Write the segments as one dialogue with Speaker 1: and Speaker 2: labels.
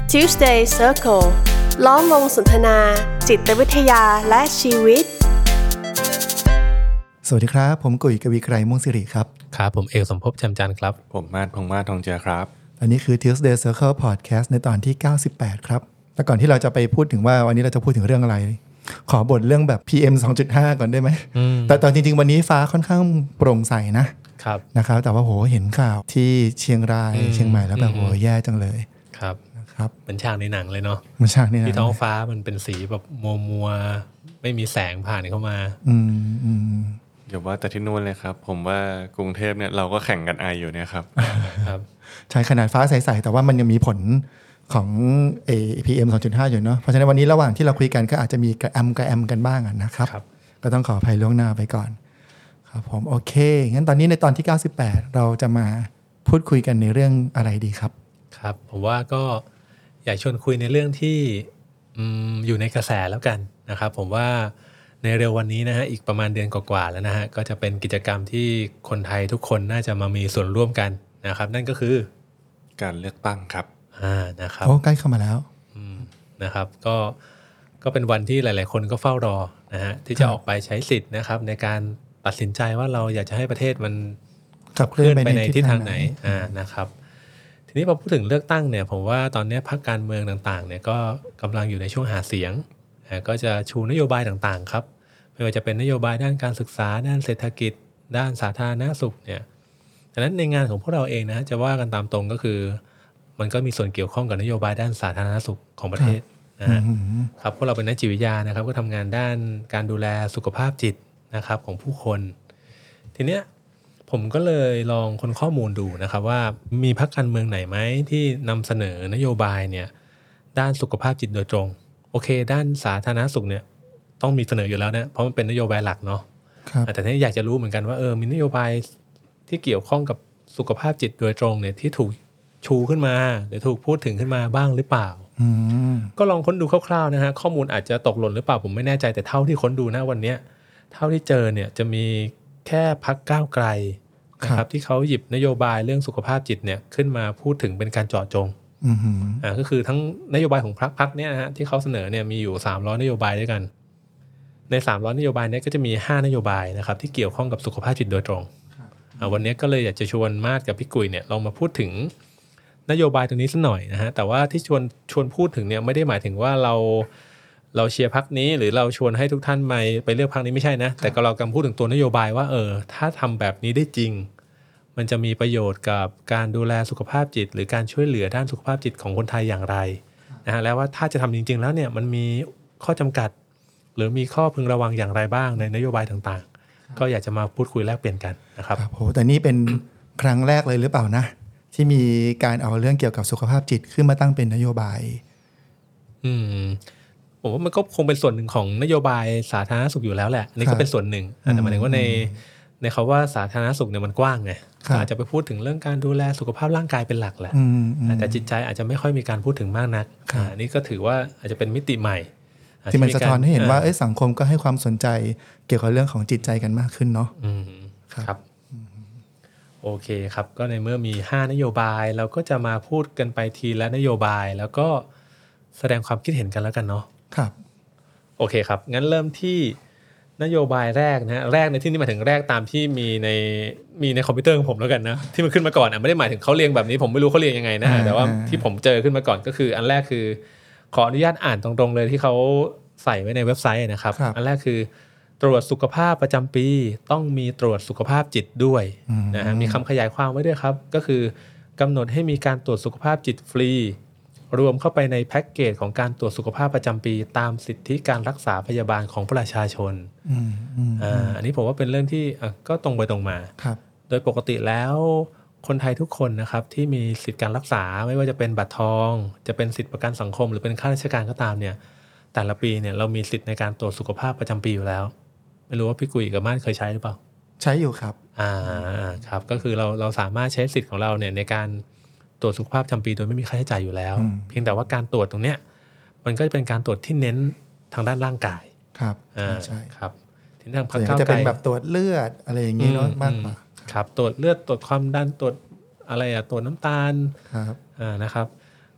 Speaker 1: Tuesday Circle ล้อมวงสนทนาจิตวิทยาและชีวิต
Speaker 2: สวัสดีครับผมกุยกวีไกรม่วงสิริครับ
Speaker 3: ครับผมเอกสมภพแจ่มจันทร์ครับ
Speaker 4: ผมมาศพงษ์มาศทองเจือครับ
Speaker 2: อันนี้คือ Tuesday Circle Podcast ในตอนที่98ครับแต่ก่อนที่เราจะไปพูดถึงว่าวันนี้เราจะพูดถึงเรื่องอะไรขอบทเรื่องแบบ PM 2.5 ก่อนได้ไหมแต่ตอนจริงๆวันนี้ฟ้าค่อนข้างโปร่งใสนะครับแต่ว่าโหเห็นข่าวที่เชียงรายเชียงใหม่แล้วแบบโหแย่จังเลย
Speaker 3: ครับ
Speaker 2: นะครับ
Speaker 3: เหมือนฉากในหนังเลยเนาะ
Speaker 2: เหมือนฉากในหนัง
Speaker 3: ที่ท้องฟ้ามันเป็นสีแบบมัวๆไม่มีแสงผ่านเข้ามา
Speaker 4: อย่าว่าแต่ที่นู่นเลยครับผมว่ากรุงเทพเนี่ยเราก็แข่งกันไออยู่เนี่ยครับ
Speaker 3: ครับ
Speaker 2: ใช่ขนาดฟ้าใสๆแต่ว่ามันยังมีผลของPM 2.5 อยู่เนาะเพราะฉะนั้นวันนี้ระหว่างที่เราคุยกันก็อาจจะมีกระแอมกันบ้างนะครับก็ต้องขออภัยล่วงหน้าไปก่อนครับผมโอเคงั้นตอนนี้ในตอนที่98เราจะมาพูดคุยกันในเรื่องอะไรดีครับ
Speaker 3: ครับผมว่าก็อยากชวนคุยในเรื่องที่อยู่ในกระแสแล้วกันนะครับผมว่าในเร็ววันนี้นะฮะอีกประมาณเดือนกว่าๆแล้วนะฮะก็จะเป็นกิจกรรมที่คนไทยทุกคนน่าจะมามีส่วนร่วมกันนะครับนั่นก็คือ
Speaker 4: การเลือกตั้งครับ
Speaker 3: นะครับ
Speaker 2: โอ้ใกล้เข้ามาแล้ว
Speaker 3: นะครับก็เป็นวันที่หลายๆคนก็เฝ้ารอนะฮะที่จะออกไปใช้สิทธิ์นะครับในการตัดสินใจว่าเราอยากจะให้ประเทศมัน
Speaker 2: ขับเคลื่อน
Speaker 3: ไปในทิศทางไหนนะครับทีนี้พอพูดถึงเลือกตั้งเนี่ยผมว่าตอนนี้พรรคการเมืองต่างๆเนี่ยก็กำลังอยู่ในช่วงหาเสียงก็จะชูนโยบายต่างๆครับไม่ว่าจะเป็นนโยบายด้านการศึกษาด้านเศรษฐกิจด้านสาธารณสุขเนี่ยดังนั้นในงานของพวกเราเองนะจะว่ากันตามตรงก็คือมันก็มีส่วนเกี่ยวข้องกับนโยบายด้านสาธารณสุขของประเทศนะครับพวกเราเป็นนักจิตวิทยานะครับก็ทำงานด้านการดูแลสุขภาพจิตนะครับของผู้คนทีเนี้ยผมก็เลยลองค้นข้อมูลดูนะครับว่ามีพรรคการเมืองไหนไหมที่นำเสนอนโยบายเนี่ยด้านสุขภาพจิตโดยตรงโอเคด้านสาธารณสุขเนี่ยต้องมีเสนออยู่แล้วนะเพราะมันเป็นนโยบายหลักเนาะแต่ที่อยากจะรู้เหมือนกันว่ามีนโยบายที่เกี่ยวข้องกับสุขภาพจิตโดยตรงเนี่ยที่ถูกชูขึ้นมาหรือถูกพูดถึงขึ้นมาบ้างหรือเปล่าก็ลองค้นดูคร่าวๆนะฮะข้อมูลอาจจะตกหล่นหรือเปล่าผมไม่แน่ใจแต่เท่าที่ค้นดูนะวันนี้เท่าที่เจอเนี่ยจะมีแค่พรรคก้าวไกลนะครับที่เขาหยิบนโยบายเรื่องสุขภาพจิตเนี่ยขึ้นมาพูดถึงเป็นการเจาะจงก็คือทั้งนโยบายของพรรคเนี่ยนะฮะที่เขาเสนอเนี่ยมีอยู่300นโยบายด้วยกันใน300นโยบายนี้ก็จะมี5นโยบายนะครับที่เกี่ยวข้องกับสุขภาพจิตโดยตรงวันนี้ก็เลยอยากจะชวนมาศกับพี่กุยเนี่ยลองมาพูดถึงนโยบายตรงนี้สักหน่อยนะฮะแต่ว่าที่ชวนพูดถึงเนี่ยไม่ได้หมายถึงว่าเราเชียร์พรรคนี้หรือเราชวนให้ทุกท่านไปเลือกพรรคนี้ไม่ใช่นะแต่ก็เรากำลังพูดถึงตัวนโยบายว่าถ้าทำแบบนี้ได้จริงมันจะมีประโยชน์กับการดูแลสุขภาพจิตหรือการช่วยเหลือด้านสุขภาพจิตของคนไทยอย่างไรนะฮะแล้วว่าถ้าจะทำจริงๆแล้วเนี่ยมันมีข้อจำกัดหรือมีข้อพึงระวังอย่างไรบ้างในนโยบายต่างๆก็อยากจะมาพูดคุยแลกเปลี่ยนกันนะครับ
Speaker 2: โหแต่นี่เป็นครั้งแรกเลยหรือเปล่านะที่มีการเอาเรื่องเกี่ยวกับสุขภาพจิตขึ้นมาตั้งเป็นนโยบาย
Speaker 3: ผมว่ามันก็คงเป็นส่วนหนึ่งของนโยบายสาธารณสุขอยู่แล้วแหละนี่ก็เป็นส่วนหนึ่งแต่หมายถึงว่าในคำว่าสาธารณสุขเนี่ยมันกว้างไงอาจจะไปพูดถึงเรื่องการดูแลสุขภาพร่างกายเป็นหลักแหละแต่จิตใจอาจจะไม่ค่อยมีการพูดถึงมากนักนี่ก็ถือว่าอาจจะเป็นมิติใหม่
Speaker 2: ที่มันสะท้อนให้เห็นว่าสังคมก็ให้ความสนใจเกี่ยวกับเรื่องของจิตใจกันมากขึ้นเนาะ
Speaker 3: ครับโอเคครับก็ในเมื่อมี5นโยบายเราก็จะมาพูดกันไปทีละนโยบายแล้วก็แสดงความคิดเห็นกันแล้วกันเนาะ
Speaker 2: ครับ
Speaker 3: โอเคครับงั้นเริ่มที่นโยบายแรกนะฮะแรกในที่นี้หมายถึงแรกตามที่มีในคอมพิวเตอร์ของผมแล้วกันนะที่มันขึ้นมาก่อนไม่ได้หมายถึงเขาเรียงแบบนี้ผมไม่รู้เขาเรียงยังไงนะแต่ว่าที่ผมเจอขึ้นมาก่อนก็คืออันแรกคือขออนุญาตอ่านตรงๆเลยที่เขาใส่ไว้ในเว็บไซต์นะครับอันแรกคือตรวจสุขภาพประจำปีต้องมีตรวจสุขภาพจิตด้วยนะฮะมีคำขยายความไว้ด้วยครับก็คือกำหนดให้มีการตรวจสุขภาพจิตฟรีรวมเข้าไปในแพ็กเกจของการตรวจสุขภาพประจำปีตามสิทธิการรักษาพยาบาลของประชาชนอันนี้ผมว่าเป็นเรื่องที่ก็ตรงไปตรงมาโดยปกติแล้วคนไทยทุกคนนะครับที่มีสิทธิการรักษาไม่ว่าจะเป็นบัตรทองจะเป็นสิทธิประกันสังคมหรือเป็นข้าราชการก็ตามเนี่ยแต่ละปีเนี่ยเรามีสิทธิในการตรวจสุขภาพประจำปีอยู่แล้วไม่รู้ว่าพี่กุยกับม่านเคยใช้หรือเปล่า
Speaker 2: ใช้อยู่ครับ
Speaker 3: ครับก็คือเราสามารถใช้สิทธิ์ของเราเนี่ยในการตรวจสุขภาพประจำปีโดยไม่มีค่าใช้จ่ายอยู่แล้วเพียงแต่ว่าการตรวจตรงเนี้ยมันก็จะเป็นการตรวจที่เน้นทางด้านร่างกาย
Speaker 2: ครับใช่
Speaker 3: ครับที่ทางพรรค
Speaker 2: ก้าวไกลจะเป็นแบบตรวจเลือดอะไรอย่างนี้เนาะมากกว่า
Speaker 3: ครับตรวจเลือดตรวจความดันตรวจอะไรตรวจน้ำตาลนะครับ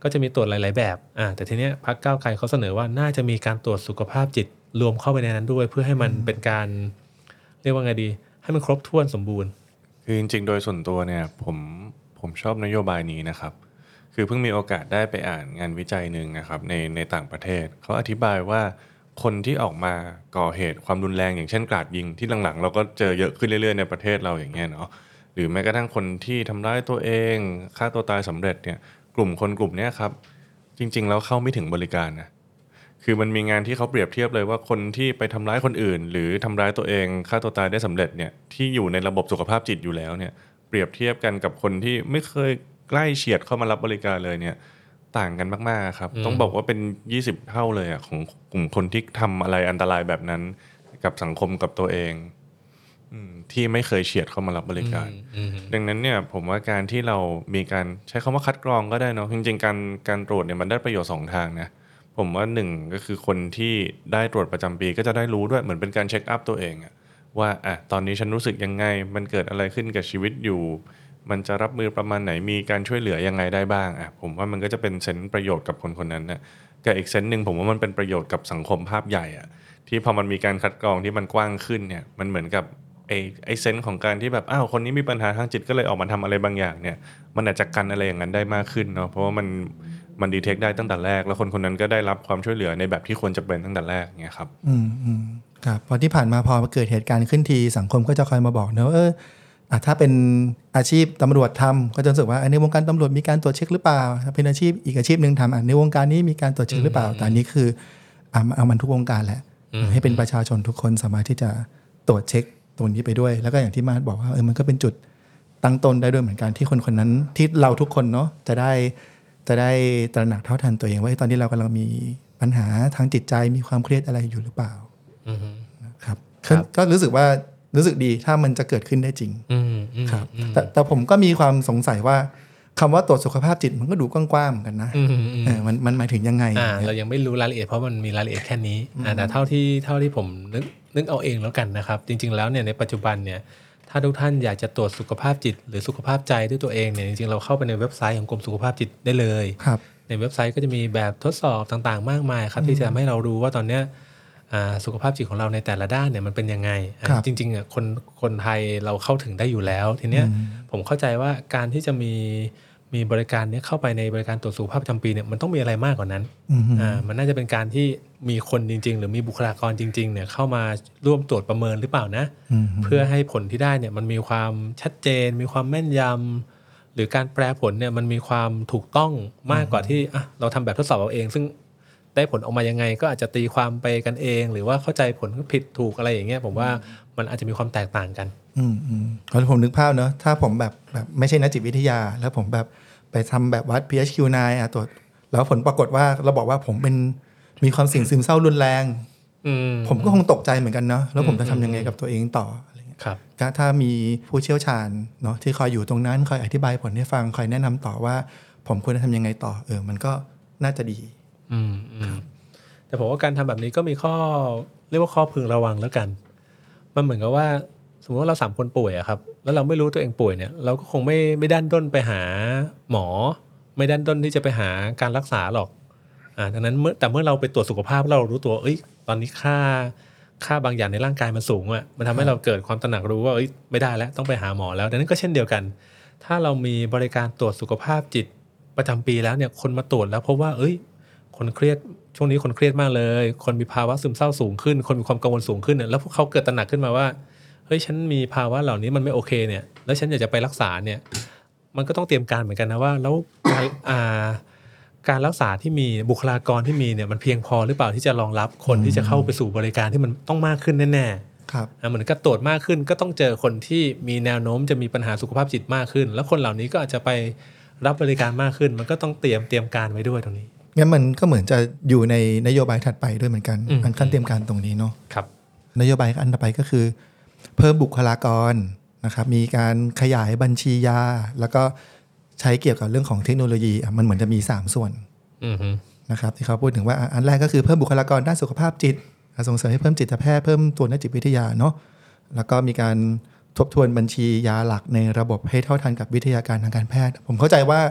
Speaker 3: ก็จะมีตรวจหลายๆแบบแต่ทีเนี้ยพรรคก้าวไกลเขาเสนอว่าน่าจะมีการตรวจสุขภาพจิตรวมเข้าไปในนั้นด้วยเพื่อให้มันเป็นการเรียกว่าไงดีให้มันครบถ้วนสมบูรณ์
Speaker 4: คือจริงๆโดยส่วนตัวเนี่ยผมชอบนโยบายนี้นะครับคือเพิ่งมีโอกาสได้ไปอ่านงานวิจัยหนึ่งนะครับในต่างประเทศเขาอธิบายว่าคนที่ออกมาก่อเหตุความรุนแรงอย่างเช่นกราดยิงที่หลังๆเราก็เจอเยอะขึ้นเรื่อยๆในประเทศเราอย่างเงี้ยเนาะหรือแม้กระทั่งคนที่ทำร้ายตัวเองฆ่าตัวตายสำเร็จเนี่ยกลุ่มนี้ครับจริงๆแล้วเข้าไม่ถึงบริการนะคือมันมีงานที่เขาเปรียบเทียบเลยว่าคนที่ไปทำร้ายคนอื่นหรือทำร้ายตัวเองฆ่าตัวตายได้สำเร็จเนี่ยที่อยู่ในระบบสุขภาพจิตอยู่แล้วเนี่ยเปรียบเทียบกันกับคนที่ไม่เคยใกล้เฉียดเข้ามารับบริการเลยเนี่ยต่างกันมากๆครับต้องบอกว่าเป็น20เท่าเลยอ่ะของกลุ่มคนที่ทำอะไรอันตรายแบบนั้นกับสังคมกับตัวเองที่ไม่เคยเฉียดเข้ามารับบริการดังนั้นเนี่ยผมว่าการที่เรามีการใช้คำว่าคัดกรองก็ได้เนาะจริงๆการตรวจเนี่ยมันได้ประโยชน์2ทางนะผมว่า1ก็คือคนที่ได้ตรวจประจำปีก็จะได้รู้ด้วยเหมือนเป็นการเช็คอัพตัวเองอะว่าตอนนี้ฉันรู้สึกยังไงมันเกิดอะไรขึ้นกับชีวิตอยู่มันจะรับมือประมาณไหนมีการช่วยเหลือยังไงได้บ้างผมว่ามันก็จะเป็นเซนส์ประโยชน์กับคนๆนั้นนะกับอีกเซนส์นึงผมว่ามันเป็นประโยชน์กับสังคมภาพใหญ่ที่พอมันมีการคัดกรองที่มันกว้างขึ้นเนี่ยมันเหมือนกับไอเซนส์ของการที่แบบคนนี้มีปัญหาทางจิตก็เลยออกมาทำอะไรบางอย่างเนี่ยมันอาจจะกันอะไรอย่างนั้นได้มากขึ้นเนาะเพราะว่ามันดีเทคได้ตั้งแต่แรกแล้วคนนั้นก็ได้รับความช่วยเหลือในแบบที่ควรจะเป็นตั้งแต่แรกเงี้ยครับ
Speaker 2: ครับพอที่ผ่านมาพอเกิดเหตุการณ์ขึ้นทีสังคมก็จะคอยมาบอกเนอะถ้าเป็นอาชีพตำรวจทำก็จะรู้สึกว่าในวงการตำรวจมีการตรวจเช็คหรือเปล่าถ้าเป็นอาชีพอีกอาชีพนึงทำในวงการนี้มีการตรวจเช็คหรือเปล่าแต่อันนี้คือเอามันทุกวงการแหละให้เป็นประชาชนทุกคนสามารถที่จะตรวจเช็คตรงนี้ไปด้วยแล้วก็อย่างที่มาบอกว่ามันก็เป็นจุดตั้งต้นได้ด้วยเหมือนกันที่คนนั้นที่เราทุกคนเนาะจะได้ตระหนักเท่าทันตัวเองว่าตอนนี้เรากำลังมีปัญหาทางจิตใจมีความเครียดอะไรอยู่หรือเปล่านะครับก็รู้สึกดีถ้ามันจะเกิดขึ้นได้จริงครับแต่ผมก็มีความสงสัยว่าคำว่าตรวจสุขภาพจิตมันก็ดูกว้างๆเหมือนกันนะมันหมายถึงยังไง
Speaker 3: เรายังไม่รู้รายละเอียดเพราะมันมีรายละเอียดแค่นี้แต่เท่าที่ผมนึกเอาเองแล้วกันนะครับจริงๆแล้วเนี่ยในปัจจุบันเนี่ยถ้าทุกท่านอยากจะตรวจสุขภาพจิตหรือสุขภาพใจด้วยตัวเองเนี่ยจริงๆเราเข้าไปในเว็บไซต์ของกรมสุขภาพจิตได้เลยในเว็บไซต์ก็จะมีแบบทดสอบต่างๆมากมายครับที่จะทำให้เรารู้ว่าตอนเนี้ยสุขภาพจิตของเราในแต่ละด้านเนี่ยมันเป็นยังไงจริงๆคนไทยเราเข้าถึงได้อยู่แล้วทีเนี้ยผมเข้าใจว่าการที่จะมีบริการนี้เข้าไปในบริการตรวจสุขภาพประจำปีเนี่ยมันต้องมีอะไรมากกว่านั้นมันน่าจะเป็นการที่มีคนจริงๆหรือมีบุคลากรจริงๆเนี่ยเข้ามาร่วมตรวจประเมินหรือเปล่านะเพื่อให้ผลที่ได้เนี่ยมันมีความชัดเจนมีความแม่นยำหรือการแปลผลเนี่ยมันมีความถูกต้องมากกว่าที่เราทำแบบทดสอบเอาเองซึ่งได้ผลออกมายังไงก็อาจจะตีความไปกันเองหรือว่าเข้าใจผลผิดถูกอะไรอย่างเงี้ยผมว่ามันอาจจะมีความแตกต่างกัน
Speaker 2: ผมนึกภาพเนอะถ้าผมแบบไม่ใช่นักจิตวิทยาแล้วผมแบบไปทำแบบวัด PHQ-9 ตรวจแล้วผลปรากฏว่าเราบอกว่าผมมีความสิ่งซึมเศร้ารุนแรงผมก็คงตกใจเหมือนกันเนาะแล้วผมจะทำยังไงกับตัวเองต่ออะไรเงี้ยถ้ามีผู้เชี่ยวชาญเนาะที่คอยอยู่ตรงนั้นคอยอธิบายผลให้ฟังคอยแนะนำต่อว่าผมควรจะทำยังไงต่อมันก็น่าจะดี
Speaker 3: แต่ผมว่าการทำแบบนี้ก็มีข้อเรียกว่าข้อพึงระวังแล้วกันมันเหมือนกับว่าสมมติว่าเรา3คนป่วยอะครับแล้วเราไม่รู้ตัวเองป่วยเนี่ยเราก็คงไม่ดันด้นไปหาหมอไม่ดันด้นที่จะไปหาการรักษาหรอกดังนั้นเมื่อเราไปตรวจสุขภาพเรารู้ตัวตอนนี้ค่าบางอย่างในร่างกายมันสูงอะมันทำให้เราเกิดความตระหนักรู้ว่าไม่ได้แล้วต้องไปหาหมอแล้วดังนั้นก็เช่นเดียวกันถ้าเรามีบริการตรวจสุขภาพจิตประจำปีแล้วเนี่ยคนมาตรวจแล้วพบว่าคนเครียดช่วงนี้คนเครียดมากเลยคนมีภาวะซึมเศร้าสูงขึ้นคนมีความกังวลสูงขึ้นแล้วพวกเขาเกิดตระหนักขึ้นมาว่าฉันมีภาวะเหล่านี้มันไม่โอเคเนี่ยแล้วฉันอยากจะไปรักษาเนี่ยมันก็ต้องเตรียมการเหมือนกันนะว่าแล้วการรักษาที่มีบุคลากรที่มีเนี่ยมันเพียงพอหรือเปล่าที่จะรองรับคนที่จะเข้าไปสู่บริการที่มันต้องมากขึ้นแน่ๆครับเหมือนกับตรวจมากขึ้นก็ต้องเจอคนที่มีแนวโน้มจะมีปัญหาสุขภาพจิตมากขึ้นแล้วคนเหล่านี้ก็อาจจะไปรับบริการมากขึ้นมันก็ต้องเตรียมการไว้ด้วยตรงนี้
Speaker 2: งั้นมันก็เหมือนจะอยู่ในนโยบายถัดไปด้วยเหมือนกันขั้นเตรียมการตรงนี้เนาะ
Speaker 3: ครับ
Speaker 2: นโยบายอันต่อไปก็คือเพิ่มบุคลากรนะครับมีการขยายบัญชียาแล้วก็ใช้เกี่ยวกับเรื่องของเทคโนโลยีมันเหมือนจะมี3ส่วนนะครับที่เขาพูดถึงว่าอันแรกก็คือเพิ่มบุคลากรด้านสุขภาพจิตส่งเสริมให้เพิ่มจิตแพทย์เพิ่มตัวนักจิตวิทยาเนาะแล้วก็มีการทบทวนบัญชียาหลักในระบบให้เท่าทันกับวิทยาการทางการแพทย์ผมเข้าใจว่า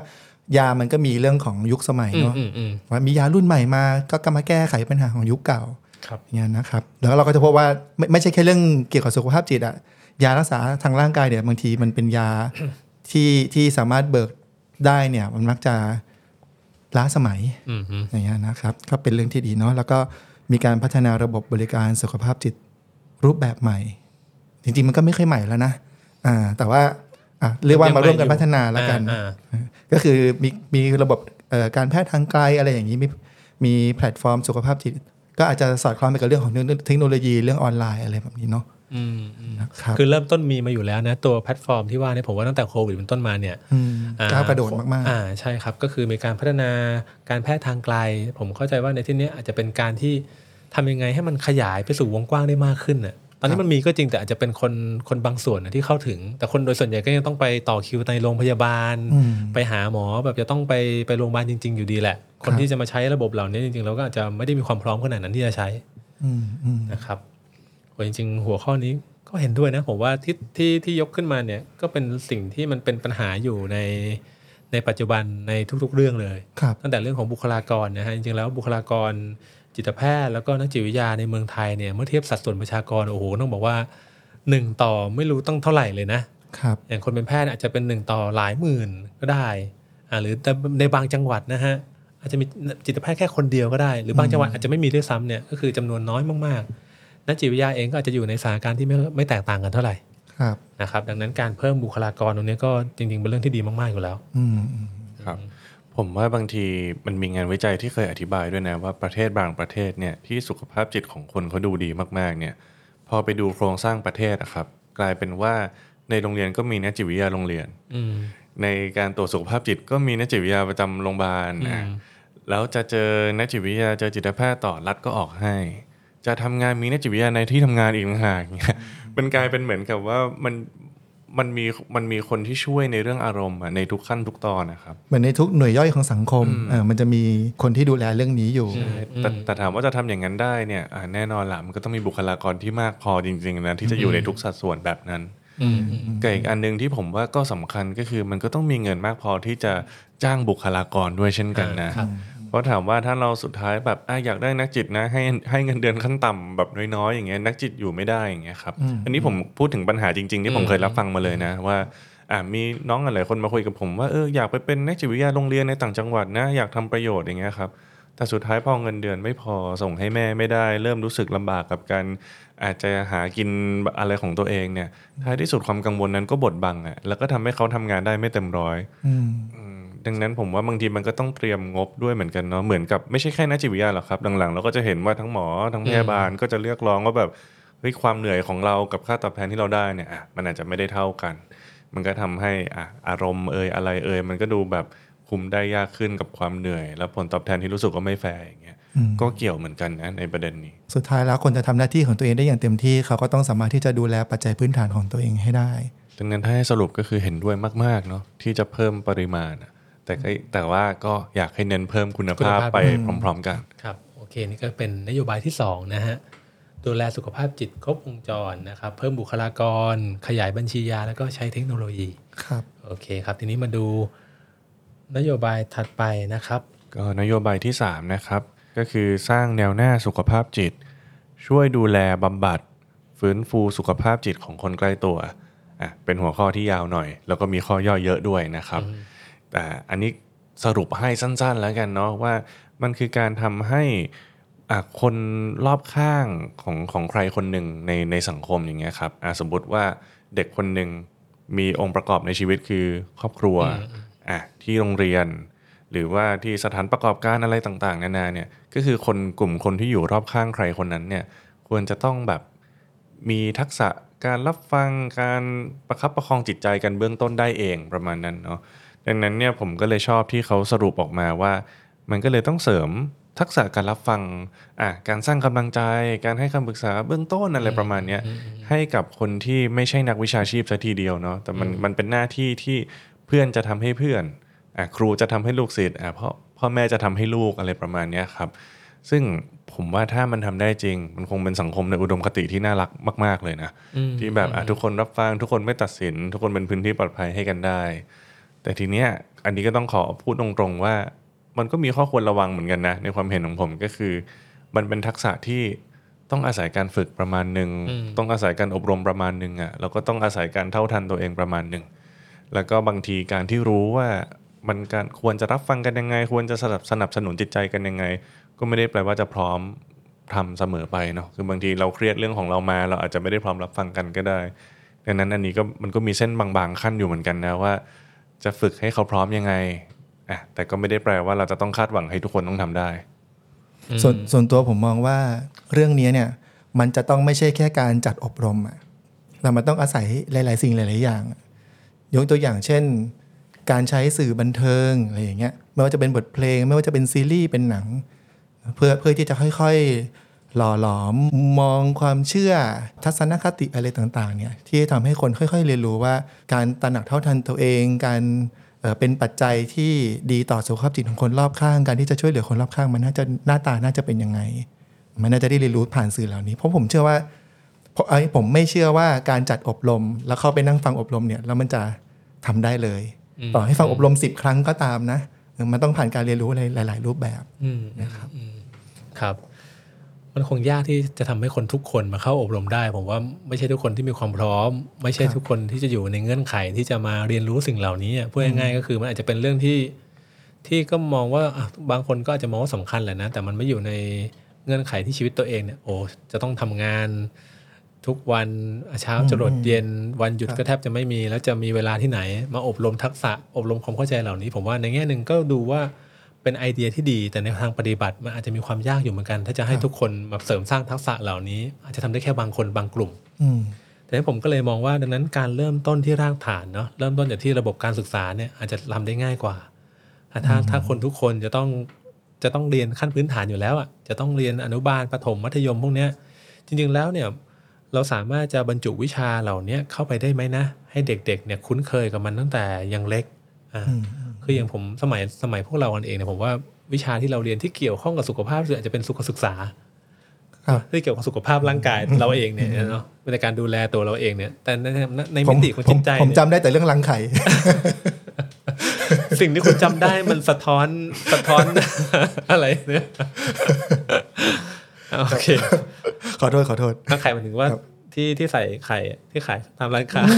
Speaker 2: ยามันก็มีเรื่องของยุคสมัยเนาะว่ามียารุ่นใหม่มาก็มาแก้ไขปัญหาของยุคเก่าอย่างเงี้ยนะครับแล้วเราก็จะพบว่าไม่ใช่แค่เรื่องเกี่ยวกับสุขภาพจิตอะยารักษาทางร่างกายเนี่ยบางทีมันเป็นยาที่สามารถเบิกได้เนี่ยมันมักจะล้าสมัยอย่างเงี้ยนะครับก็เป็นเรื่องที่ดีเนาะแล้วก็มีการพัฒนาระบบบริการสุขภาพจิตรูปแบบใหม่จริงๆมันก็ไม่ค่อยใหม่แล้วนะแต่ว่าเรียกว่ามาร่วมกันพัฒนาแล้วกันก็คือมีระบบการแพทย์ทางไกลอะไรอย่างนี้มีแพลตฟอร์มสุขภาพจิตก็อาจจะสอดคล้องไปกับเรื่องของเทคโนโลยีเรื่องออนไลน์อะไรแบบนี้เนาะ
Speaker 3: คือเริ่มต้นมีมาอยู่แล้วนะตัวแพลตฟอร์มที่ว่าเนี่ยผมว่าตั้งแต่โควิดเป็นต้นมาเนี่ย
Speaker 2: ก้าวกระโดดมาก
Speaker 3: ๆใช่ครับก็คือมีการพัฒนาการแพทย์ทางไกลผมเข้าใจว่าในที่นี้อาจจะเป็นการที่ทำยังไงให้มันขยายไปสู่วงกว้างได้มากขึ้นน่ะตอนนี้มันมีก็จริงแต่อาจจะเป็นคนบางส่วนนะที่เข้าถึงแต่คนโดยส่วนใหญ่ก็ยังต้องไปต่อคิวในโรงพยาบาลไปหาหมอแบบจะต้องไปโรงพยาบาลจริงๆอยู่ดีแหละคนที่จะมาใช้ระบบเหล่านี้จริงๆเราก็อาจจะไม่ได้มีความพร้อมขนาดนั้นที่จะใช้นะครับจริงๆหัวข้อนี้ก็เห็นด้วยนะผมว่าที่ยกขึ้นมาเนี่ยก็เป็นสิ่งที่มันเป็นปัญหาอยู่ในปัจจุบันในทุกๆเรื่องเลยตั้งแต่เรื่องของบุคลากรนะฮะจริงๆแล้วบุคลากรจิตแพทย์แล้วก็นักจิตวิทยาในเมืองไทยเนี่ยเมื่อเทียบสัดส่วนประชากรโอ้โหต้องบอกว่า1ต่อไม่รู้ต้องเท่าไหร่เลยนะครับอย่างคนเป็นแพทย์อาจจะเป็น1ต่อหลายหมื่นก็ได้หรือในบางจังหวัดนะฮะอาจจะมีจิตแพทย์แค่คนเดียวก็ได้หรือบางจังหวัดอาจจะไม่มีด้วยซ้ำเนี่ยก็คือจำนวนน้อยมากๆนักจิตวิทยาเองก็อาจจะอยู่ในสถานการณ์ที่ไม่แตกต่างกันเท่าไหร่นะครับดังนั้นการเพิ่มบุคลากรตรงนี้ก็จริงๆเป็นเรื่องที่ดีมากๆอยู่แล้ว
Speaker 4: ครับผมว่าบางทีมันมีงานวิจัยที่เคยอธิบายด้วยนะว่าประเทศบางประเทศเนี่ยที่สุขภาพจิตของคนเขาดูดีมากๆเนี่ยพอไปดูโครงสร้างประเทศอะครับกลายเป็นว่าในโรงเรียนก็มีนักจิตวิทยาโรงเรียนในการตรวจสุขภาพจิตก็มีนักจิตวิทยาประจำโรงพยาบาลแล้วจะเจอนักจิตวิทยาเจอจิตแพทย์ต่อรัฐก็ออกให้จะทำงานมีนักจิตวิทยาในที่ทำงานอีกต่างหากมันกลายเป็นเหมือนกับว่ามันมีคนที่ช่วยในเรื่องอารมณ์ในทุกขั้นทุกตอนนะครับ
Speaker 2: เหมือนในทุกหน่วยย่อยของสังคมมันจะมีคนที่ดูแลเรื่องนี้อยู่
Speaker 4: แต่ถามว่าจะทำอย่างนั้นได้เนี่ยแน่นอนล่ะมันก็ต้องมีบุคลากรที่มากพอจริงๆนะที่จะอยู่ในทุกสัดส่วนแบบนั้นแต่อีกอันนึงที่ผมว่าก็สำคัญก็คือมันก็ต้องมีเงินมากพอที่จะจ้างบุคลากรด้วยเช่นกันนะเพราะถามว่าถ้าเราสุดท้ายแบบอยากได้นักจิตนะให้เงินเดือนขั้นต่ำแบบน้อยๆอย่างเงี้ยนักจิตอยู่ไม่ได้อย่างเงี้ยครับอันนี้ผมพูดถึงปัญหาจริงๆที่ผมเคยรับฟังมาเลยนะว่ามีน้องหลายคนมาคุยกับผมว่าอยากไปเป็นนักจิตวิทยาโรงเรียนในต่างจังหวัดนะอยากทำประโยชน์อย่างเงี้ยครับแต่สุดท้ายพอเงินเดือนไม่พอส่งให้แม่ไม่ได้เริ่มรู้สึกลำบากกับการอาจจะหากินอะไรของตัวเองเนี่ยท้ายที่สุดความกังวลนั้นก็บดบังแล้วก็ทำให้เขาทำงานได้ไม่เต็มร้อยดังนั้นผมว่าบางทีมันก็ต้องเตรียมงบด้วยเหมือนกันเนาะเหมือนกับไม่ใช่แค่นักจิตวิทยาหรอกครับหลังๆเราก็จะเห็นว่าทั้งหมอทั้งพยาบาลก็จะเรียกร้องว่าแบบเฮ้ยความเหนื่อยของเรากับค่าตอบแทนที่เราได้เนี่ยมันอาจจะไม่ได้เท่ากันมันก็ทำให้อารมณ์อะไรมันก็ดูแบบคุมได้ยากขึ้นกับความเหนื่อยแล้วผลตอบแทนที่รู้สึกว่าไม่แฟร์อย่างเงี้ยก็เกี่ยวเหมือนกันนะในประเด็นนี้
Speaker 2: สุดท้ายแล้วคนจะทำหน้าที่ของตัวเองได้อย่างเต็มที่เขาก็ต้องสามารถที่จะดูแลปัจจัยพื้นฐานของตัวเองให้ได้
Speaker 4: ดังนั้นถ้าให้สรุปก็คือเห็นด้วยมากๆเนาะที่จะเพิ่มปริมาณแต่ว่าก็อยากให้เน้นเพิ่มคุณภาพไปพร้อมๆกัน
Speaker 3: ครับโอเคนี่ก็เป็นนโยบายที่2นะฮะดูแลสุขภาพจิตครบวงจรนะครับเพิ่มบุคลากรขยายบัญชียาแล้วก็ใช้เทคโนโลยี
Speaker 2: ครับ
Speaker 3: โอเคครับทีนี้มาดูนโยบายถัดไปนะครับ
Speaker 4: ก็นโยบายที่3นะครับก็คือสร้างแนวหน้าสุขภาพจิตช่วยดูแลบำบัดฟื้นฟูสุขภาพจิตของคนใกล้ตัวเป็นหัวข้อที่ยาวหน่อยแล้วก็มีข้อย่อยเยอะด้วยนะครับแต่อันนี้สรุปให้สั้นๆแล้วกันเนาะว่ามันคือการทำให้คนรอบข้างของใครคนหนึ่งในสังคมอย่างเงี้ยครับสมมุติว่าเด็กคนหนึ่งมีองค์ประกอบในชีวิตคือครอบครัวที่โรงเรียนหรือว่าที่สถานประกอบการอะไรต่างๆนานาเนี่ยก็คือกลุ่มคนที่อยู่รอบข้างใครคนนั้นเนี่ยควรจะต้องแบบมีทักษะการรับฟังการประคับประคองจิตใจกันเบื้องต้นได้เองประมาณนั้นเนาะดังนั้นเนี่ยผมก็เลยชอบที่เขาสรุปออกมาว่ามันก็เลยต้องเสริมทักษะการรับฟังการสร้างกำลังใจการให้คำปรึกษาเบื้องต้นอะไรประมาณนี้ให้กับคนที่ไม่ใช่นักวิชาชีพซะทีเดียวเนาะแต่มันเป็นหน้าที่ที่เพื่อนจะทำให้เพื่อนครูจะทำให้ลูกศิษย์พ่อแม่จะทำให้ลูกอะไรประมาณนี้ครับซึ่งผมว่าถ้ามันทำได้จริงมันคงเป็นสังคมในอุดมคติที่น่ารักมากๆเลยนะที่แบบทุกคนรับฟังทุกคนไม่ตัดสินทุกคนเป็นพื้นที่ปลอดภัยให้กันได้แต่ทีเนี้ยอันนี้ก็ต้องขอพูดตรงๆว่ามันก็มีข้อควรระวังเหมือนกันนะในความเห็นของผมก็คือมันเป็นทักษะที่ต้องอาศัยการฝึกประมาณนึงต้องอาศัยการอบรมประมาณนึงแล้วก็ต้องอาศัยการเท่าทันตัวเองประมาณนึงแล้วก็บางทีการที่รู้ว่ามันการควรจะรับฟังกันยังไงควรจะสนับสนุนจิตใจกันยังไงก็ไม่ได้แปลว่าจะพร้อมทำเสมอไปเนาะคือบางทีเราเครียดเรื่องของเรามาเราอาจจะไม่ได้พร้อมรับฟังกันก็ได้ดังนั้นอันนี้ก็มันก็มีเส้นบางๆขั้นอยู่เหมือนกันนะว่าจะฝึกให้เขาพร้อมยังไงแต่ก็ไม่ได้แปลว่าเราจะต้องคาดหวังให้ทุกคนต้องทำได้
Speaker 2: ส่วนตัวผมมองว่าเรื่องนี้เนี่ยมันจะต้องไม่ใช่แค่การจัดอบรมแต่มันต้องอาศัยหลายๆสิ่งหลายๆอย่างยกตัวอย่างเช่นการใช้สื่อบันเทิงอะไรอย่างเงี้ยไม่ว่าจะเป็นบทเพลงไม่ว่าจะเป็นซีรีส์เป็นหนังเพื่อที่จะค่อยๆหล่อหลอมมองความเชื่อทัศนคติอะไรต่างๆเนี่ยที่ทำให้คนค่อยๆเรียนรู้ว่าการตระหนักเท่าทันตัวเองการเป็นปัจจัยที่ดีต่อสุขภาพจิตของคนรอบข้างการที่จะช่วยเหลือคนรอบข้างมันน่าจะหน้าตาน่าจะเป็นยังไงมันน่าจะได้เรียนรู้ผ่านสื่อเหล่านี้เพราะผมเชื่อว่าผมไม่เชื่อว่าการจัดอบรมแล้วเข้าไปนั่งฟังอบรมเนี่ยแล้วมันจะทำได้เลยต่อให้ฟังอบรม10 ครั้งก็ตามนะมันต้องผ่านการเรียนรู้ในหลายๆรูปแบบนะครับ
Speaker 3: ครับมันคงยากที่จะทำให้คนทุกคนมาเข้าอบรมได้ผมว่าไม่ใช่ทุกคนที่มีความพร้อมไม่ใช่ทุกคนที่จะอยู่ในเงื่อนไขที่จะมาเรียนรู้สิ่งเหล่านี้พูดง่ายๆก็คือมันอาจจะเป็นเรื่องที่ก็มองว่าบางคนก็อาจจะมองว่าสำคัญแหละนะแต่มันไม่อยู่ในเงื่อนไขที่ชีวิตตัวเองเนี่ยจะต้องทำงานทุกวันเช้าจรดเย็นวันหยุดก็แทบจะไม่มีแล้วจะมีเวลาที่ไหนมาอบรมทักษะอบรมความเข้าใจเหล่านี้ผมว่าในแง่นึงก็ดูว่าเป็นไอเดียที่ดีแต่ในทางปฏิบัติมันอาจจะมีความยากอยู่เหมือนกันถ้าจะให้ทุกคนมาเสริมสร้างทักษะเหล่านี้อาจจะทำได้แค่บางคนบางกลุ่มแต่ผมก็เลยมองว่าดังนั้นการเริ่มต้นที่รากฐานเนาะเริ่มต้นจากที่ระบบการศึกษาเนี่ยอาจจะทำได้ง่ายกว่าถ้าคนทุกคนจะต้องเรียนขั้นพื้นฐานอยู่แล้วจะต้องเรียนอนุบาลประถมมัธยมพวกนี้จริงๆแล้วเนี่ยเราสามารถจะบรรจุวิชาเหล่านี้เข้าไปได้ไหมนะให้เด็กๆเนี่ยคุ้นเคยกับมันตั้งแต่ยังเล็กคืออย่างผมสมัยพวกเราเองเนี่ยผมว่าวิชาที่เราเรียนที่เกี่ยวข้องกับสุขภาพอาจจะเป็นสุขศึกษาที่เกี่ยวกับสุขภาพร่างกายเราเองเนี่ยเนาะในการดูแลตัวเราเองเนี่ยแต่ในมิติของจิตใจ
Speaker 2: ผมจำได้แต่เรื่องรังไข่
Speaker 3: สิ่งที่คุณจำได้มันสะท้อนอะไรเนี่ยโอเค
Speaker 2: ขอโทษ
Speaker 3: รังไข่หมายถึงว่าที่ใส่ไข่ที่ขายตามร้านค้า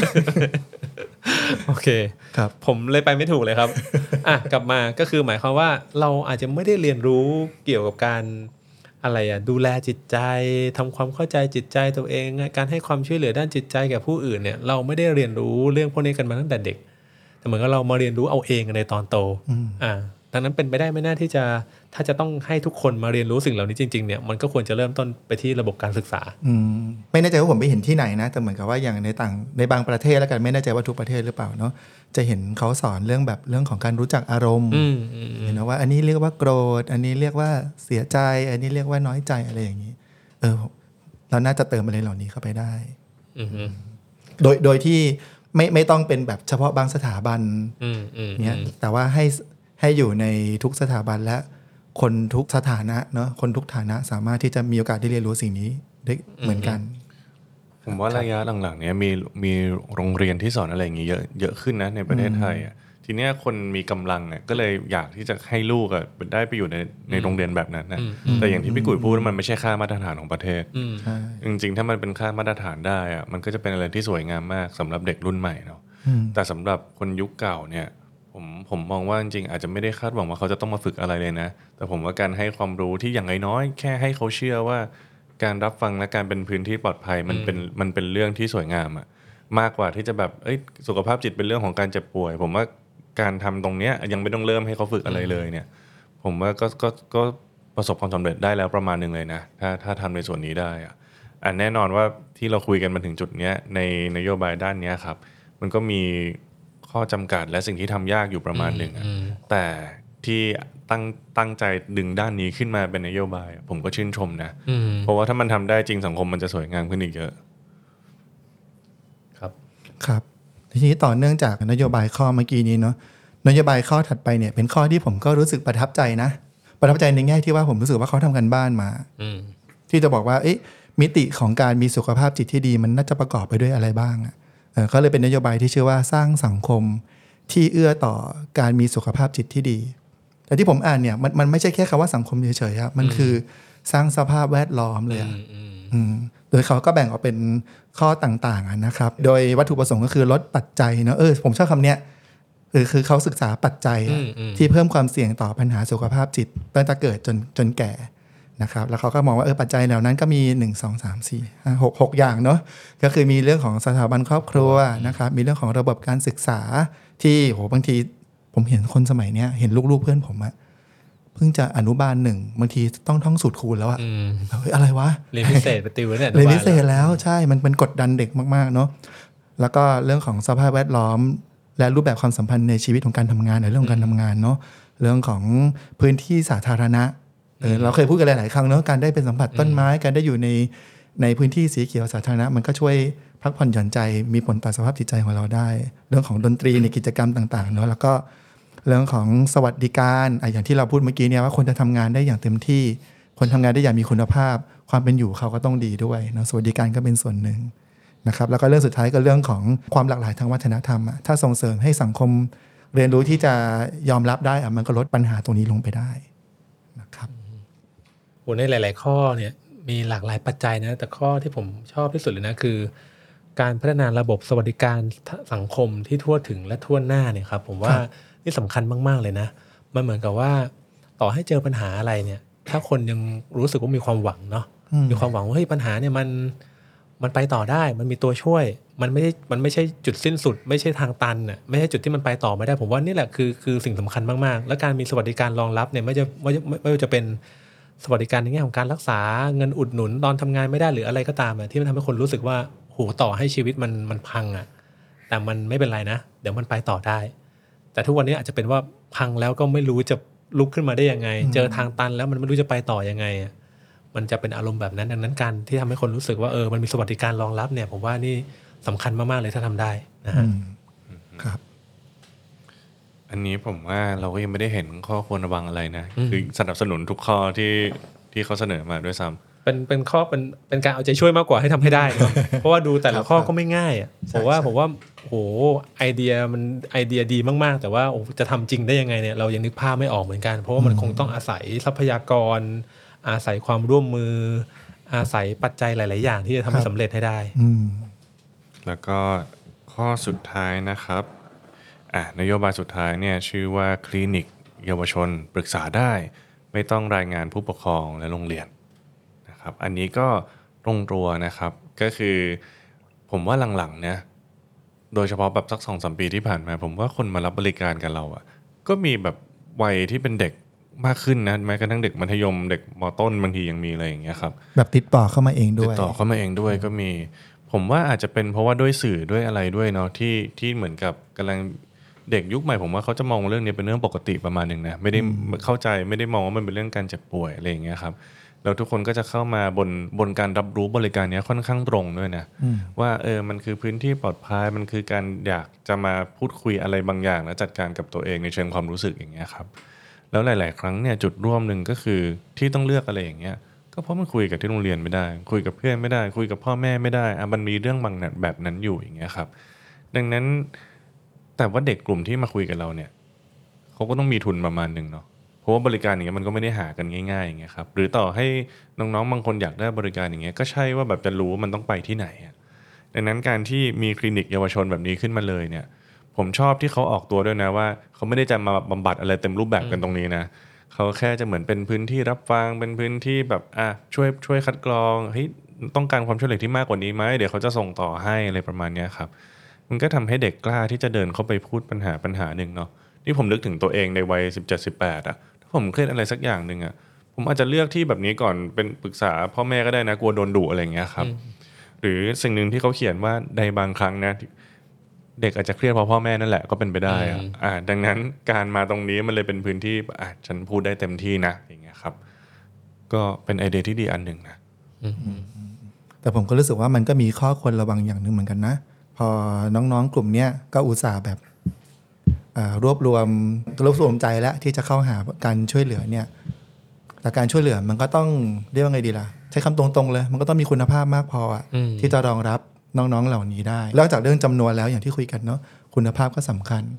Speaker 3: โอเค
Speaker 2: ครับ
Speaker 3: ผมเลยไปไม่ถูกเลยครับกลับมาก็คือหมายความว่าเราอาจจะไม่ได้เรียนรู้เกี่ยวกับการอะไรดูแลจิตใจทำความเข้าใจจิตใจตัวเองการให้ความช่วยเหลือด้านจิตใจแก่ผู้อื่นเนี่ยเราไม่ได้เรียนรู้เรื่องพวกนี้กันมาตั้งแต่เด็กแต่เหมือนกับเรามาเรียนรู้เอาเองในตอนโตดังนั้นเป็นไปได้ไม่น่าที่จะถ้าจะต้องให้ทุกคนมาเรียนรู้สิ่งเหล่านี้จริงๆเนี่ยมันก็ควรจะเริ่มต้นไปที่ระบบการศึกษา
Speaker 2: ไม่แน่ใจว่าผมไปเห็นที่ไหนนะแต่เหมือนกับว่าอย่างในบางประเทศแล้วกันไม่แน่ใจว่าทุกประเทศหรือเปล่าเนาะจะเห็นเขาสอนเรื่องของการรู้จักอารมณ์เห็นว่าอันนี้เรียกว่าโกรธอันนี้เรียกว่าเสียใจอันนี้เรียกว่าน้อยใจอะไรอย่างนี้เราน่าจะเติมอะไรเหล่านี้เข้าไปได้โดยที่ไม่ต้องเป็นแบบเฉพาะบางสถาบันเนี่ยแต่ว่าให้อยู่ในทุกสถาบันและคนทุกสถานะเนาะคนทุกฐานะสามารถที่จะมีโอกาสได้เรียนรู้สิ่งนี้ได้เหมือนกัน
Speaker 4: ผมว่าระยะหลังๆเนี้ยมีโรงเรียนที่สอนอะไรอย่างนี้เยอะขึ้นนะในประเทศไทยทีเนี้ยคนมีกำลังก็เลยอยากที่จะให้ลูกได้ไปอยู่ในโรงเรียนแบบนั้นนะแต่อย่างที่พี่กุยพูดมันไม่ใช่ค่ามาตรฐานของประเทศจริงๆถ้ามันเป็นค่ามาตรฐานได้มันก็จะเป็นอะไรที่สวยงามมากสำหรับเด็กรุ่นใหม่เนาะแต่สำหรับคนยุคเก่าเนี่ยผมมองว่าจริงๆอาจจะไม่ได้คาดหวังว่าเขาจะต้องมาฝึกอะไรเลยนะแต่ผมว่าการให้ความรู้ที่อย่างน้อยๆแค่ให้เขาเชื่อว่าการรับฟังและการเป็นพื้นที่ปลอดภัยมันเป็นเรื่องที่สวยงามมากกว่าที่จะแบบสุขภาพจิตเป็นเรื่องของการเจ็บป่วยผมว่าการทำตรงเนี้ยยังไม่ต้องเริ่มให้เขาฝึกอะไรเลยเนี่ยผมว่าก็ประสบความสำเร็จได้แล้วประมาณนึงเลยนะถ้าทำในส่วนนี้ได้แน่นอนว่าที่เราคุยกันมาถึงจุดเนี้ยในนโยบายด้านนี้ครับมันก็มีข้อจำกัดและสิ่งที่ทำยากอยู่ประมาณหนึ่งแต่ที่ตั้งใจดึงด้านนี้ขึ้นมาเป็นนโยบายผมก็ชื่นชมนะเพราะว่าถ้ามันทำได้จริงสังคมมันจะสวยงามขึ้นอีกเยอะ
Speaker 2: ครับทีนี้ต่อเนื่องจากนโยบายข้อเมื่อกี้นี้เนาะนโยบายข้อถัดไปเนี่ยเป็นข้อที่ผมก็รู้สึกประทับใจนะประทับใจในแง่ที่ว่าผมรู้สึกว่าเขาทำกันบ้านมาที่จะบอกว่ามิติของการมีสุขภาพจิตที่ดีมันน่าจะประกอบไปด้วยอะไรบ้างก็เลยเป็นนโยบายที่ชื่อว่าสร้างสังคมที่เอื้อต่อการมีสุขภาพจิตที่ดีแต่ที่ผมอ่านเนี่ยมันไม่ใช่แค่คำว่าสังคมเฉยๆครับมันคือสร้างสภาพแวดล้อมเลยโดยเขาก็แบ่งออกเป็นข้อต่างๆนะครับโดยวัตถุประสงค์ก็คือลดปัจจัยเนอะผมชอบคำเนี้ยคือเขาศึกษาปัจจัยที่เพิ่มความเสี่ยงต่อปัญหาสุขภาพจิตตั้งแต่เกิดจนแก่นะครับแล้วเขาก็มองว่าปัจจัยเหล่านั้นก็มี1 2 3 4 5 6อย่างเนาะก็คือมีเรื่องของสถาบันครอบครัวนะครับมีเรื่องของระบบการศึกษาที่บางทีผมเห็นคนสมัยเนี้ยเห็นลูกๆเพื่อนผมอะเพิ่งจะอนุบาล1บางทีต้องท่องสูตรคูณแล้วอะอะไรวะ
Speaker 3: เรียนพิเศษไปติวเนี่ย
Speaker 2: เรียนพิเศษแล้วใช่มันกดดันเด็กมากๆเนาะแล้วก็เรื่องของสภาพแวดล้อมและรูปแบบความสัมพันธ์ในชีวิตของการทำงานในเรื่องของการทำงานเนาะเรื่องของพื้นที่สาธารณะเราเคยพูดกันหลายๆครั้งเนาะการได้เป็นสัมผัสต้นไม้การได้อยู่ในพื้นที่สีเขียวสาธารณะมันก็ช่วยพักผ่อนหย่อนใจมีผลต่อสภาพจิตใจของเราได้เรื่องของดนตรีในกิจกรรมต่างๆเนาะแล้วก็เรื่องของสวัสดิการอย่างที่เราพูดเมื่อกี้เนี่ยว่าคนจะทำงานได้อย่างเต็มที่คนทำงานได้อย่างมีคุณภาพความเป็นอยู่เขาก็ต้องดีด้วยนะสวัสดิการก็เป็นส่วนหนึ่งนะครับแล้วก็เรื่องสุดท้ายก็เรื่องของความหลากหลายทางวัฒนธรรมถ้าส่งเสริมให้สังคมเรียนรู้ที่จะยอมรับได้มันก็ลดปัญหาตรงนี้ลงไปได้นะครับ
Speaker 3: ในหลายๆข้อเนี่ยมีหลากหลายปัจจัยนะแต่ข้อที่ผมชอบที่สุดเลยนะคือการพัฒนาระบบสวัสดิการสังคมที่ทั่วถึงและทั่วหน้าเนี่ยครับผมว่านี่สำคัญมากๆเลยนะมันเหมือนกับว่าต่อให้เจอปัญหาอะไรเนี่ยถ้าคนยังรู้สึกว่ามีความหวังเนาะมีความหวังว่าเฮ้ยปัญหาเนี่ยมันไปต่อได้มันมีตัวช่วยมันไม่ใช่จุดสิ้นสุดไม่ใช่ทางตันน่ะไม่ใช่จุดที่มันไปต่อไม่ได้ผมว่านี่แหละคือสิ่งสำคัญมากๆและการมีสวัสดิการรองรับเนี่ยไม่ว่าจะเป็นสวัสดิการในแง่ของการรักษาเงินอุดหนุนตอนทำงานไม่ได้หรืออะไรก็ตามที่มันทำให้คนรู้สึกว่าโหต่อให้ชีวิตมันพังแต่มันไม่เป็นไรนะเดี๋ยวมันไปต่อได้แต่ทุกวันนี้อาจจะเป็นว่าพังแล้วก็ไม่รู้จะลุกขึ้นมาได้ยังไงเจอทางตันแล้วมันไม่รู้จะไปต่อยังไงมันจะเป็นอารมณ์แบบนั้นดังนั้นการที่ทำให้คนรู้สึกว่ามันมีสวัสดิการรองรับเนี่ยผมว่านี่สำคัญมากๆเลยถ้าทำได้นะฮะ
Speaker 2: ครับ
Speaker 4: อันนี้ผมว่าเราก็ยังไม่ได้เห็นข้อควรระวังอะไรนะคือสนับสนุนทุกข้อที่เขาเสนอมาด้วยซ้ำ
Speaker 3: เป็นข้อเป็นการเอาใจช่วยมากกว่าให้ทำให้ได้ เพราะว่าดูแต่ละข้อก็ไม่ง่ายผมว่าโหไอเดียดีมากๆแต่ว่าจะทำจริงได้ยังไงเนี่ยเรายังนึกภาพไม่ออกเหมือนกันเพราะว่ามันคงต้องอาศัยทรัพยากรอาศัยความร่วมมืออาศัยปัจจัยหลายๆอย่างที่จะทำให้สำเร็จให้ได้
Speaker 4: แล้วก็ข้อสุดท้ายนะครับนโยบายสุดท้ายเนี่ยชื่อว่าคลินิกเยาวชนปรึกษาได้ไม่ต้องรายงานผู้ปกครองและโรงเรียนนะครับอันนี้ก็ตรงตัวนะครับก็คือผมว่าหลังๆเนี่ยโดยเฉพาะแบบสัก 2-3 ปีที่ผ่านมาผมว่าคนมารับบริการกับเราก็มีแบบวัยที่เป็นเด็กมากขึ้นนะแม้กระทั่งเด็กมัธยมเด็กม.ต้นบางทียังมีอะไรอย่างเงี้ยครับ
Speaker 2: แบบติดต่อเข้ามาเองด้วย
Speaker 4: ติดต่อเข้ามาเองด้วยก็มีผมว่าอาจจะเป็นเพราะว่าด้วยสื่อด้วยอะไรด้วยเนาะที่เหมือนกับกำลังเด็กยุคใหม่ผมว่าเขาจะมองเรื่องนี้เป็นเรื่องปกติประมาณนึงนะไม่ได้เข้าใจไม่ได้มองว่ามันเป็นเรื่องการเจ็บป่วยอะไรอย่างเงี้ยครับแล้วทุกคนก็จะเข้ามาบนการรับรู้บริการนี้ค่อนข้างตรงด้วยนะว่ามันคือพื้นที่ปลอดภัยมันคือการอยากจะมาพูดคุยอะไรบางอย่างและจัดการกับตัวเองในเชิงความรู้สึกอย่างเงี้ยครับแล้วหลายๆครั้งเนี่ยจุดร่วมนึงก็คือที่ต้องเลือกอะไรอย่างเงี้ยก็เพราะมันคุยกับที่โรงเรียนไม่ได้คุยกับเพื่อนไม่ได้คุยกับพ่อแม่ไม่ได้มันมีเรื่องบางแบบนั้นอยู่อย่างเงี้ยครับดังนั้นแต่ว่าเด็กกลุ่มที่มาคุยกับเราเนี่ยเขาก็ต้องมีทุนประมาณนึงเนาะเพราะว่าบริการอย่างเงี้ยมันก็ไม่ได้หากันง่ายๆอย่างเงี้ยครับหรือต่อให้น้องๆบางคนอยากได้บริการอย่างเงี้ยก็ใช่ว่าแบบจะรู้ว่ามันต้องไปที่ไหนดังนั้นการที่มีคลินิกเยาวชนแบบนี้ขึ้นมาเลยเนี่ยผมชอบที่เขาออกตัวด้วยนะว่าเขาไม่ได้จะมาบำบัดอะไรเต็มรูปแบบกันตรงนี้นะเขาแค่จะเหมือนเป็นพื้นที่รับฟังเป็นพื้นที่แบบช่วยคัดกรองเฮ้ยต้องการความช่วยเหลือที่มากกว่านี้ไหมเดี๋ยวเขาจะส่งต่อให้อะไรประมาณนี้ครับมันก็ทำให้เด็กกล้าที่จะเดินเข้าไปพูดปัญหาหนึ่งเนาะที่ผมนึกถึงตัวเองในวัย 17-18 ถ้าผมเครียดอะไรสักอย่างนึงผมอาจจะเลือกที่แบบนี้ก่อนเป็นปรึกษาพ่อแม่ก็ได้นะกลัวโดนดุอะไรอย่างเงี้ยครับหรือสิ่งนึงที่เขาเขียนว่าในบางครั้งนะเด็กอาจจะเครียดเพราะพ่อแม่นั่นแหละก็เป็นไปได้ดังนั้นการมาตรงนี้มันเลยเป็นพื้นที่ฉันพูดได้เต็มที่นะอย่างเงี้ยครับก็เป็นไอเดียที่ดีอันหนึ่งนะ
Speaker 2: แต่ผมก็รู้สึกว่ามันก็มีข้อควรระวังอย่างนึงเหมือนกันนะพอน้องๆกลุ่มนี้ก็อุตส่าห์แบบรวบรวมใจแล้วที่จะเข้าหาการช่วยเหลือเนี่ยแต่การช่วยเหลือมันก็ต้องเรียกว่าไงดีล่ะใช้คำตรงๆเลยมันก็ต้องมีคุณภาพมากพอที่จะรองรับน้องๆเหล่านี้ได้นอกจากเรื่องจำนวนแล้วอย่างที่คุยกันเนาะคุณภาพก็สำคัญพ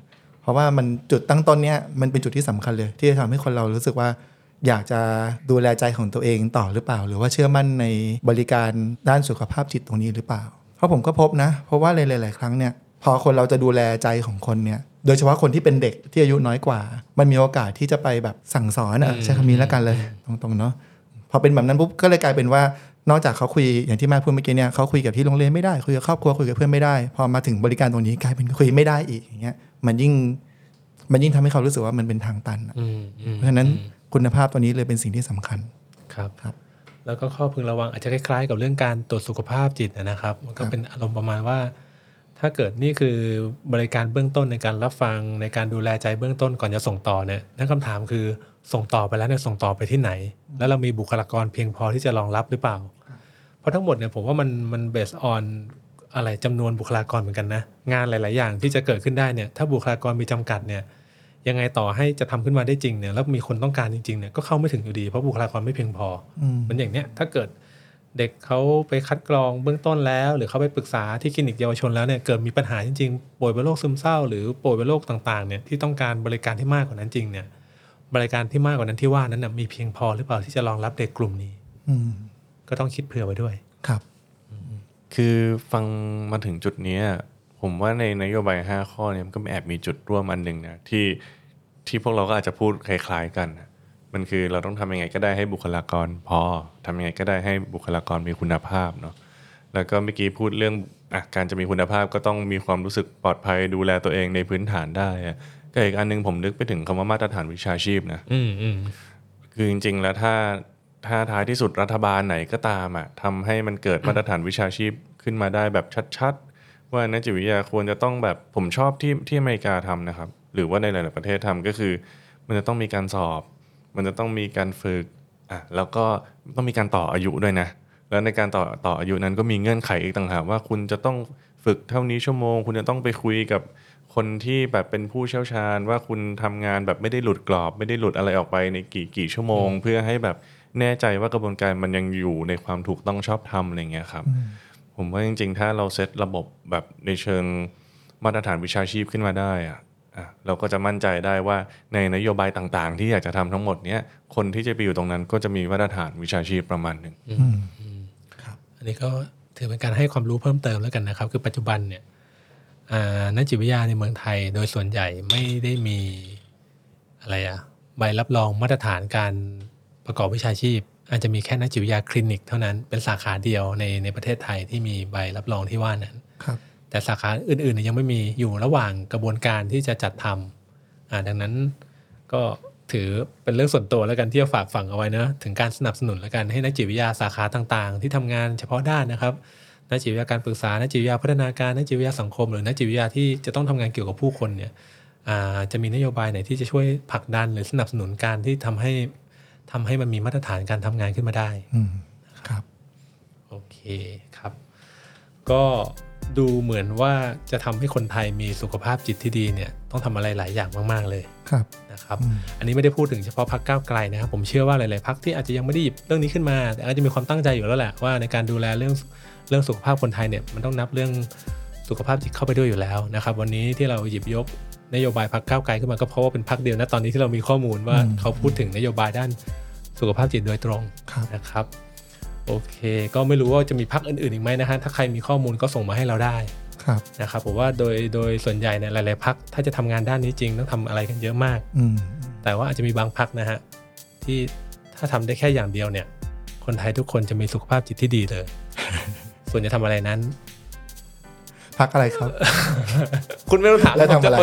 Speaker 2: ราะว่ามันจุดตั้งต้นเนี้ยมันเป็นจุดที่สำคัญเลยที่จะทำให้คนเรารู้สึกว่าอยากจะดูแลใจของตัวเองต่อหรือเปล่าหรือว่าเชื่อมั่นในบริการด้านสุขภาพจิตตรงนี้หรือเปล่าเพราะผมก็พบนะเพราะว่าหลายๆครั้งเนี่ยพอคนเราจะดูแลใจของคนเนี่ยโดยเฉพาะคนที่เป็นเด็กที่อายุน้อยกว่ามันมีโอกาสที่จะไปแบบสั่งสอนใช้คำนี้แล้วกันเลยตรงๆเนาะพอเป็นแบบนั้นปุ๊บก็เลยกลายเป็นว่านอกจากเขาคุยอย่างที่มาพูดเมื่อกี้เนี่ยเขาคุยกับที่โรงเรียนไม่ได้คุยกับครอบครัวคุยกับเพื่อนไม่ได้พอมาถึงบริการตรงนี้กลายเป็นคุยไม่ได้อีกอย่างเงี้ยมันยิ่งทำให้เขารู้สึกว่ามันเป็นทางตันเพราะฉะนั้นคุณภาพตัวนี้เลยเป็นสิ่งที่สำคัญ
Speaker 3: ครับแล้วก็ข้อพึงระวังอาจจะคล้ายๆกับเรื่องการตรวจสุขภาพจิตนะครับมันก็เป็นอารมณ์ประมาณว่าถ้าเกิดนี่คือบริการเบื้องต้นในการรับฟังในการดูแลใจเบื้องต้นก่อนจะส่งต่อเนี่ยนั่นคำถามคือส่งต่อไปแล้วเนี่ยส่งต่อไปที่ไหนแล้วเรามีบุคลากรเพียงพอที่จะรองรับหรือเปล่าเพราะทั้งหมดเนี่ยผมว่ามันเบสออนอะไรจำนวนบุคลากรเหมือนกันนะงานหลายๆอย่างที่จะเกิดขึ้นได้เนี่ยถ้าบุคลากรมีจำกัดเนี่ยยังไงต่อให้จะทำขึ้นมาได้จริงเนี่ยแล้วมีคนต้องการจริงๆเนี่ยก็เข้าไม่ถึงอยู่ดีเพราะบุคลากรไม่เพียงพอเหมือนอย่างเนี้ยถ้าเกิดเด็กเขาไปคัดกรองเบื้องต้นแล้วหรือเขาไปปรึกษาที่คลินิกเยาวชนแล้วเนี่ยเกิดมีปัญหาจริงๆป่วยเป็นโรคซึมเศร้าหรือป่วยเป็นโรคต่างๆเนี่ยที่ต้องการบริการที่มากกว่านั้นจริงเนี่ยบริการที่มากกว่านั้นที่ว่านั้นน่ะมีเพียงพอหรือเปล่าที่จะรองรับเด็กกลุ่มนี้ก็ต้องคิดเผื่อไว้ด้วย
Speaker 2: ครับ
Speaker 4: คือฟังมาถึงจุดนี้ผมว่าในนโยบาย5ข้อเนี่ยมันก็แอบมีจุดร่วมอันนึงนะที่พวกเราก็อาจจะพูดคล้ายๆกันมันคือเราต้องทำยังไงก็ได้ให้บุคลากรพอทำยังไงก็ได้ให้บุคลากรมีคุณภาพเนาะแล้วก็เมื่อกี้พูดเรื่องการจะมีคุณภาพก็ต้องมีความรู้สึกปลอดภัยดูแลตัวเองในพื้นฐานได้ก็อีกอันนึงผมนึกไปถึงคำว่ามาตรฐานวิชาชีพนะคือจริงๆแล้วถ้าท้ายที่สุดรัฐบาลไหนก็ตามทำให้มันเกิดมาตรฐานวิชาชีพขึ้นมาได้แบบชัดๆว่านักจิตวิทยาควรจะต้องแบบผมชอบที่อเมริกาทำนะครับหรือว่าในหลายๆประเทศทำก็คือมันจะต้องมีการสอบมันจะต้องมีการฝึกแล้วก็ต้องมีการต่ออายุด้วยนะแล้วในการต่ออายุนั้นก็มีเงื่อนไขอีกต่างหากว่าคุณจะต้องฝึกเท่านี้ชั่วโมงคุณจะต้องไปคุยกับคนที่แบบเป็นผู้เชี่ยวชาญว่าคุณทำงานแบบไม่ได้หลุดกรอบไม่ได้หลุดอะไรออกไปในกี่ชั่วโมงเพื่อให้แบบแน่ใจว่ากระบวนการมันยังอยู่ในความถูกต้องชอบธรรมอะไรเงี้ยครับผมว่าจริงๆถ้าเราเซตระบบแบบในเชิงมาตรฐานวิชาชีพขึ้นมาได้เราก็จะมั่นใจได้ว่าในนโยบายต่างๆที่อยากจะทำทั้งหมดเนี้ยคนที่จะไปอยู่ตรงนั้นก็จะมีมาตรฐานวิชาชีพประมาณนึง
Speaker 3: ครับอันนี้ก็ถือเป็นการให้ความรู้เพิ่มเติมแล้วกันนะครับคือปัจจุบันเนี่ยนักจิตวิทยาในเมืองไทยโดยส่วนใหญ่ไม่ได้มีใบรับรองมาตรฐานการประกอบวิชาชีพอาจจะมีแค่นักจิตวิทยาคลินิกเท่านั้นเป็นสาขาเดียวในประเทศไทยที่มีใบรับรองที่ว่านั้นแต่สาขาอื่นๆยังไม่มีอยู่ระหว่างกระบวนการที่จะจัดทำดังนั้นก็ถือเป็นเรื่องส่วนตัวแล้วกันที่จะฝากฝังเอาไว้นะถึงการสนับสนุนแล้วกันให้นักจิตวิทยาสาขาต่างๆที่ทำงานเฉพาะด้านนะครับนักจิตวิทยาการปรึกษานักจิตวิทยาพัฒนาการนักจิตวิทยาสังคมหรือนักจิตวิทยาที่จะต้องทำงานเกี่ยวกับผู้คนเนี่ยจะมีนโยบายไหนที่จะช่วยผลักดันหรือสนับสนุนการที่ทำให้มันมีมาตรฐานการทำงานขึ้นมาได้
Speaker 2: ครับ
Speaker 3: โอเคครับก็ดูเหมือนว่าจะทำให้คนไทยมีสุขภาพจิตที่ดีเนี่ยต้องทำอะไรหลายอย่างมากๆเลยนะครับอันนี้ไม่ได้พูดถึงเฉพาะพรรคก้าวไกลนะครับผมเชื่อว่าหลายๆพรรคที่อาจจะยังไม่ได้หยิบเรื่องนี้ขึ้นมาแต่อาจจะมีความตั้งใจอยู่แล้วแหละว่าในการดูแลเรื่องสุขภาพคนไทยเนี่ยมันต้องนับเรื่องสุขภาพจิตเข้าไปด้วยอยู่แล้วนะครับวันนี้ที่เราหยิบยกนโยบายพรรคก้าวไกลขึ้นมาก็เพราะว่าเป็นพรรคเดียวนะตอนนี้ที่เรามีข้อมูลว่าเขาพูดถึงนโยบายด้านสุขภาพจิตโดยตรงนะครับโอเคก็ไม่รู้ว่าจะมีพรรคอื่นๆอีกไหมนะฮะถ้าใครมีข้อมูลก็ส่งมาให้เราได้นะครับผมว่าโดยส่วนใหญ่เนี่ยหลายๆพรรคถ้าจะทำงานด้านนี้จริงต้องทำอะไรกันเยอะมากแต่ว่าอาจจะมีบางพรรคนะฮะที่ถ้าทำได้แค่อย่างเดียวเนี่ยคนไทยทุกคนจะมีสุขภาพจิตที่ดีเลย ส่วนจะทำอะไรนั้น
Speaker 2: พรรคอะไรครับ
Speaker 3: คุณไม่ต้องถาม
Speaker 2: แล้วทำอะไร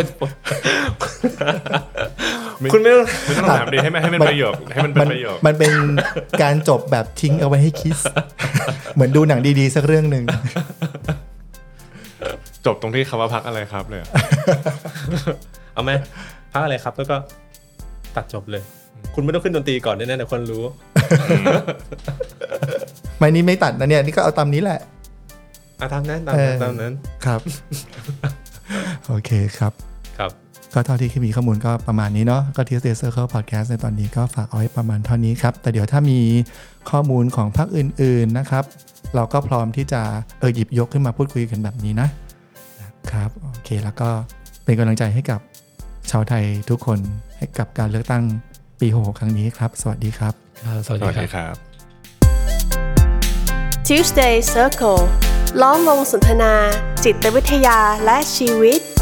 Speaker 3: คุณไม่ต้อง
Speaker 4: ถามดีให้มันประโยคให้มันเป็นประโยค
Speaker 2: มันเป็นการจบแบบทิ้งเอาไว้ให้คิดเหมือนดูหนังดีๆสักเรื่องนึง
Speaker 4: จบตรงที่คำว่าพรรคอะไรครับเลย
Speaker 3: เอาไหมพรรคอะไรครับแล้วก็ตัดจบเลยคุณไม่ต้องขึ้นดนตรีก่อนแน่ๆแต่คนรู้
Speaker 2: ไม่นี่ไม่ตัดนะเนี่ยนี่ก็เอาตามนี้แหละ
Speaker 3: ตามนั้น
Speaker 2: ครับโอเคครับ
Speaker 3: ครับ
Speaker 2: ก็เท่าที่มีข้อมูลก็ประมาณนี้เนาะก็ Tuesday Circle Podcast ในตอนนี้ก็ฝากเอาไว้ประมาณเท่านี้ครับแต่เดี๋ยวถ้ามีข้อมูลของพรรคอื่นๆนะครับเราก็พร้อมที่จะหยิบยกขึ้นมาพูดคุยกันแบบนี้นะครับโอเคแล้วก็เป็นกำลังใจให้กับชาวไทยทุกคนให้กับการเลือกตั้งปี66ครั้งนี้ครับสวัสดีครับ
Speaker 3: สวัสดีครับ
Speaker 1: Tuesday Circle ล้อมวงสนทนาจิตวิทยาและชีวิต